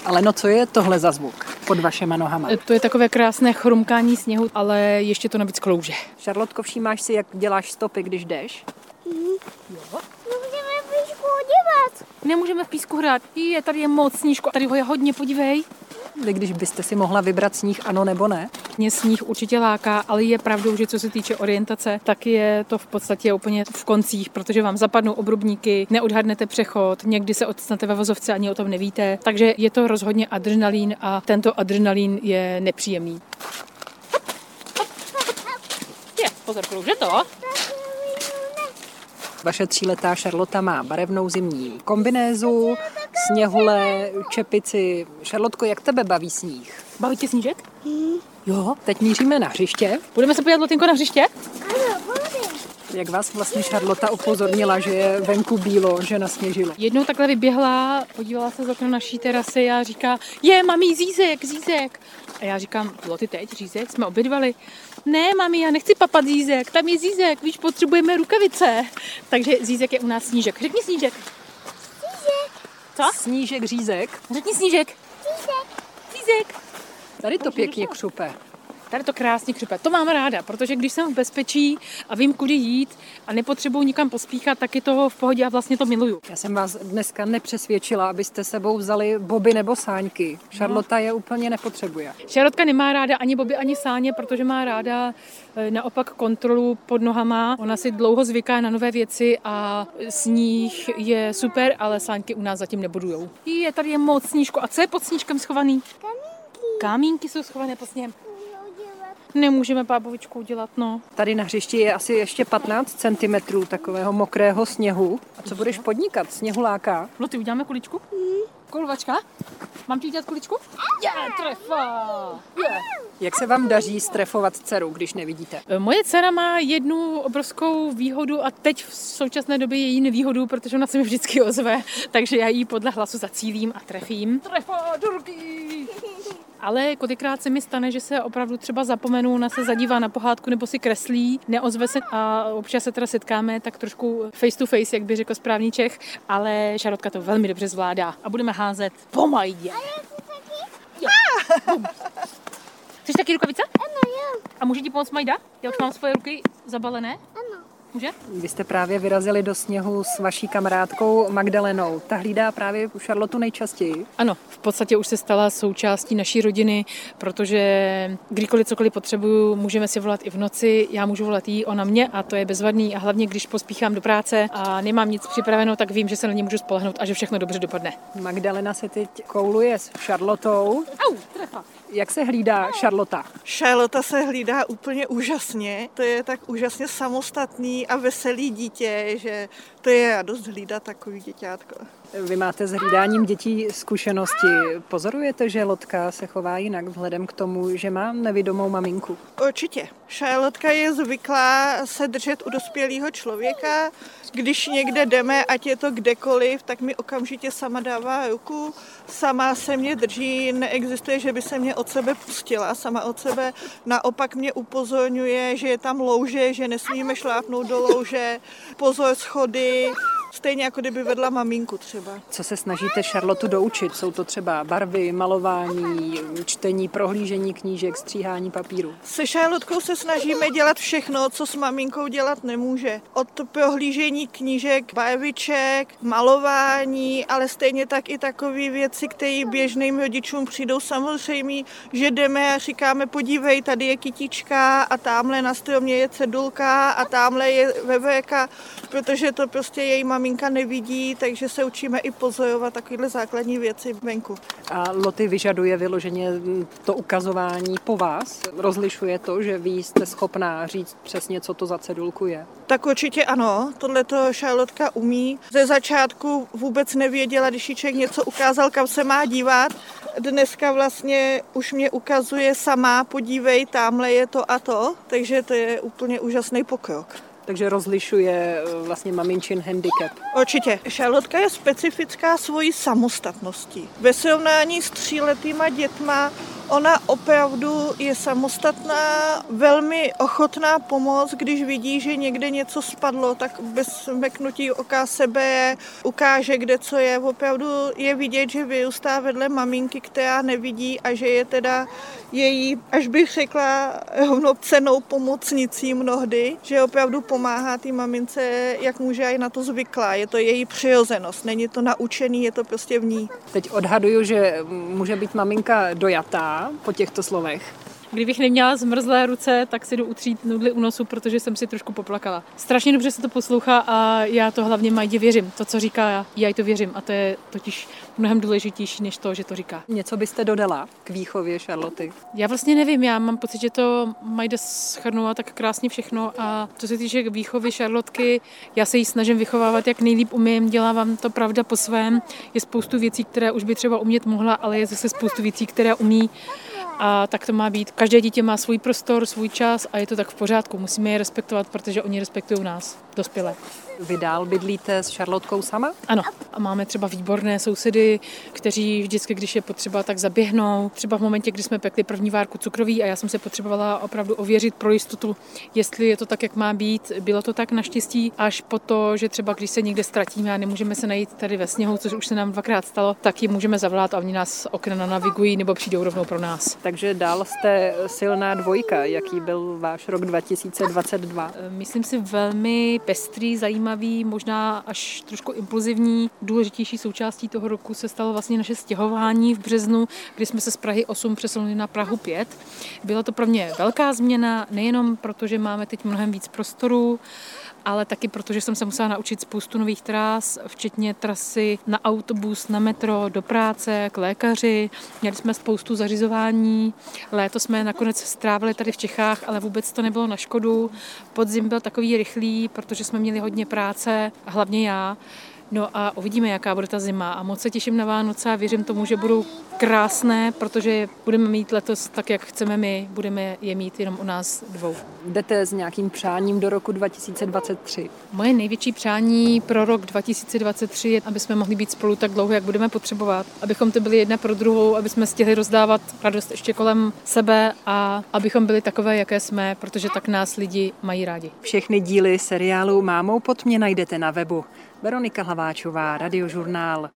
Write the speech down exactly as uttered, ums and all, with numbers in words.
Ale no co je tohle za zvuk pod vašema nohama? To je takové krásné chrumkání sněhu, ale ještě to navíc klouže. Šarlotko, všímáš si, jak děláš stopy, když jdeš? Mm. Jo. Nemůžeme v písku dívat. Nemůžeme v písku hrát. Je, tady je moc snížku. Tady ho je hodně, podívej. Vy, když byste si mohla vybrat sníh, ano nebo ne? Mě sníh určitě láká, ale je pravdou, že co se týče orientace, tak je to v podstatě úplně v koncích, protože vám zapadnou obrubníky, neodhadnete přechod, někdy se odstnete ve vozovce, ani o tom nevíte. Takže je to rozhodně adrenalín a tento adrenalín je nepříjemný. Je, pozor, klouže to. Vaše tříletá Šarlota má barevnou zimní kombinézu, sněhule, čepici. Šarlotko, jak tebe baví sníh? Baví tě snížek? Mm. Jo. Teď míříme na hřiště. Budeme se podívat, Lotinko, na hřiště? Ano, budeme. Jak vás vlastně Šarlota upozornila, že je venku bílo, že nasněžilo? Jednou takhle vyběhla, podívala se z okna naší terasy a říká, je, mami, Zízek, Zízek. A já říkám, Loti, teď, Zízek, jsme obědvali. Ne, mami, já nechci papat Zízek, tam je Zízek, víš, potřebujeme rukavice. Takže Zízek je u nás Snížek. Řekni Snížek. Snížek. Co? Snížek, řízek. Řekni Snížek. Snížek. Zízek. Tady to pěkně křupe. Tady to krásně křupe. To mám ráda, protože když jsem v bezpečí a vím, kudy jít a nepotřebuji nikam pospíchat, tak je to v pohodě a vlastně to miluju. Já jsem vás dneska nepřesvědčila, abyste sebou vzali boby nebo sáňky. Šarlota je úplně nepotřebuje. Šarlotka nemá ráda ani boby, ani sáně, protože má ráda naopak kontrolu pod nohama. Ona si dlouho zvyká na nové věci a sníh je super, ale sáňky u nás zatím nebudujou. Je, tady je moc snížku. A co je pod snížkem schovaný? Kamínky. Kamínky jsou schované pod sněhem. Nemůžeme bábovičku udělat, no. Tady na hřišti je asi ještě patnáct centimetrů takového mokrého sněhu. A co budeš podnikat? Sněhu láká? No, ty uděláme kuličku? Mm. Kolvačka? Mám ti udělat kuličku? Je, trefa! Je. Jak se vám daří strefovat dceru, když nevidíte? Moje dcera má jednu obrovskou výhodu a teď v současné době je jí nevýhodu, protože ona se mi vždycky ozve, takže já jí podle hlasu zacílím a trefím. Trefa do ruky! Ale kolikrát se mi stane, že se opravdu třeba zapomenu, ona se zadívá na pohádku nebo si kreslí, neozve se a občas se teda setkáme tak trošku face to face, jak by řekl správný Čech, ale Šarlotka to velmi dobře zvládá a budeme házet po majdě. Jo. Chceš taky rukavice? Ano, jo. A může ti pomoct Majda? Já už mám svoje ruky zabalené. Ano. Může? Vy jste právě vyrazili do sněhu s vaší kamarádkou Magdalenou. Ta hlídá právě Šarlotu nejčastěji. Ano, v podstatě už se stala součástí naší rodiny, protože kdykoliv cokoliv potřebuju, můžeme si volat i v noci, já můžu volat jí, ona mě a to je bezvadný a hlavně když pospíchám do práce a nemám nic připraveno, tak vím, že se na ně můžu spolehnout a že všechno dobře dopadne. Magdalena se teď kouluje s Šarlotou. Au, trefa. Jak se hlídá Šarlota? Šarlota se hlídá úplně úžasně. To je tak úžasně samostatný a veselý dítě, že to je dost hlídat takový děťátko. Vy máte s hlídáním dětí zkušenosti. Pozorujete, že Lotka se chová jinak vzhledem k tomu, že má nevidomou maminku? Určitě. Šarlotka je zvyklá se držet u dospělého člověka. Když někde jdeme, ať je to kdekoliv, tak mi okamžitě sama dává ruku. Sama se mě drží, neexistuje, že by se mě od sebe pustila. Sama od sebe naopak mě upozorňuje, že je tam louže, že nesmíme šlápnout do louže, pozor schody. Stejně jako kdyby vedla maminku třeba. Co se snažíte Šarlotu doučit? Jsou to třeba barvy, malování, čtení, prohlížení knížek, stříhání papíru? Se Šarlotkou se snažíme dělat všechno, co s maminkou dělat nemůže. Od prohlížení knížek, barviček, malování, ale stejně tak i takové věci, které běžným rodičům přijdou samozřejmě, že jdeme a říkáme, podívej, tady je kytička a tamhle na stromě je cedulka a tamhle je veverka, protože to prostě její maminka nevidí, takže se učíme i pozorovat takovéhle základní věci venku. A Loty vyžaduje vyloženě to ukazování po vás? Rozlišuje to, že vy jste schopná říct přesně, co to za cedulku je? Tak určitě ano, tohleto Šarlotka umí. Ze začátku vůbec nevěděla, když jí člověk něco ukázal, kam se má dívat. Dneska vlastně už mě ukazuje sama, podívej, tamhle je to a to, takže to je úplně úžasný pokrok. Takže rozlišuje vlastně maminčin handicap. Určitě. Šarlotka je specifická svojí samostatností. Ve srovnání s tříletýma dětma Ona opravdu je samostatná, velmi ochotná pomoct, když vidí, že někde něco spadlo, tak bez meknutí oka sebe ukáže, kde co je. Opravdu je vidět, že vyrůstá vedle maminky, která nevidí a že je teda její, až bych řekla, rovnocennou pomocnicí mnohdy, že opravdu pomáhá té mamince, jak může, a je na to zvyklá. Je to její přirozenost, není to naučený, je to prostě v ní. Teď odhaduju, že může být maminka dojatá po těchto slovech. Kdybych neměla zmrzlé ruce, tak si jdu utřít nudli u nosu, protože jsem si trošku poplakala. Strašně dobře se to poslouchá a já to hlavně Majdě věřím. To, co říká, já jí to věřím a to je totiž mnohem důležitější, než to, že to říká. Něco byste dodala k výchově Charloty? Já vlastně nevím, já mám pocit, že to Majda shrnula tak krásně všechno a co se týče výchovy Charlotky, já se jí snažím vychovávat, jak nejlíp umím, dělávám to pravda po svém. Je spoustu věcí, které už by třeba umět mohla, ale je zase spoustu věcí, které umí. A tak to má být. Každé dítě má svůj prostor, svůj čas a je to tak v pořádku. Musíme je respektovat, protože oni respektují nás, dospělé. Vy dál bydlíte s Charlotkou sama? Ano. A máme třeba výborné sousedy, kteří vždycky, když je potřeba, tak zaběhnou. Třeba v momentě, kdy jsme pekli první várku cukroví a já jsem se potřebovala opravdu ověřit pro jistotu, jestli je to tak, jak má být. Bylo to tak naštěstí, až po to, že třeba když se někde ztratíme a nemůžeme se najít tady ve sněhu, což už se nám dvakrát stalo, tak ji můžeme zavolat a oni nás okna navigují nebo přijdou rovnou pro nás. Takže dál jste silná dvojka. Jaký byl váš rok dva tisíce dvacet dva? Myslím si velmi pestrý, zajímavý, možná až trošku impulzivní. Důležitější součástí toho roku se stalo vlastně naše stěhování v březnu, kdy jsme se z Prahy osm přesunuli na Prahu pět. Byla to pro mě velká změna, nejenom proto, že máme teď mnohem víc prostoru, ale taky protože jsem se musela naučit spoustu nových tras, včetně trasy na autobus, na metro, do práce, k lékaři. Měli jsme spoustu zařizování. Léto jsme nakonec strávili tady v Čechách, ale vůbec to nebylo na škodu. Podzim byl takový rychlý, protože jsme měli hodně práce, a hlavně já. No a uvidíme, jaká bude ta zima. A moc se těším na Vánoce a věřím tomu, že budou krásné, protože budeme mít letos tak, jak chceme my, budeme je mít jenom u nás dvou. Jdete s nějakým přáním do roku dva tisíce dvacet tři? Moje největší přání pro rok dva tisíce dvacet tři je, aby jsme mohli být spolu tak dlouho, jak budeme potřebovat. Abychom to byli jedna pro druhou, aby jsme stihli rozdávat radost ještě kolem sebe a abychom byli takové, jaké jsme, protože tak nás lidi mají rádi. Všechny díly seriálu Mámou pod mě najdete na webu. Veronika Hlaváčová, Radiožurnál.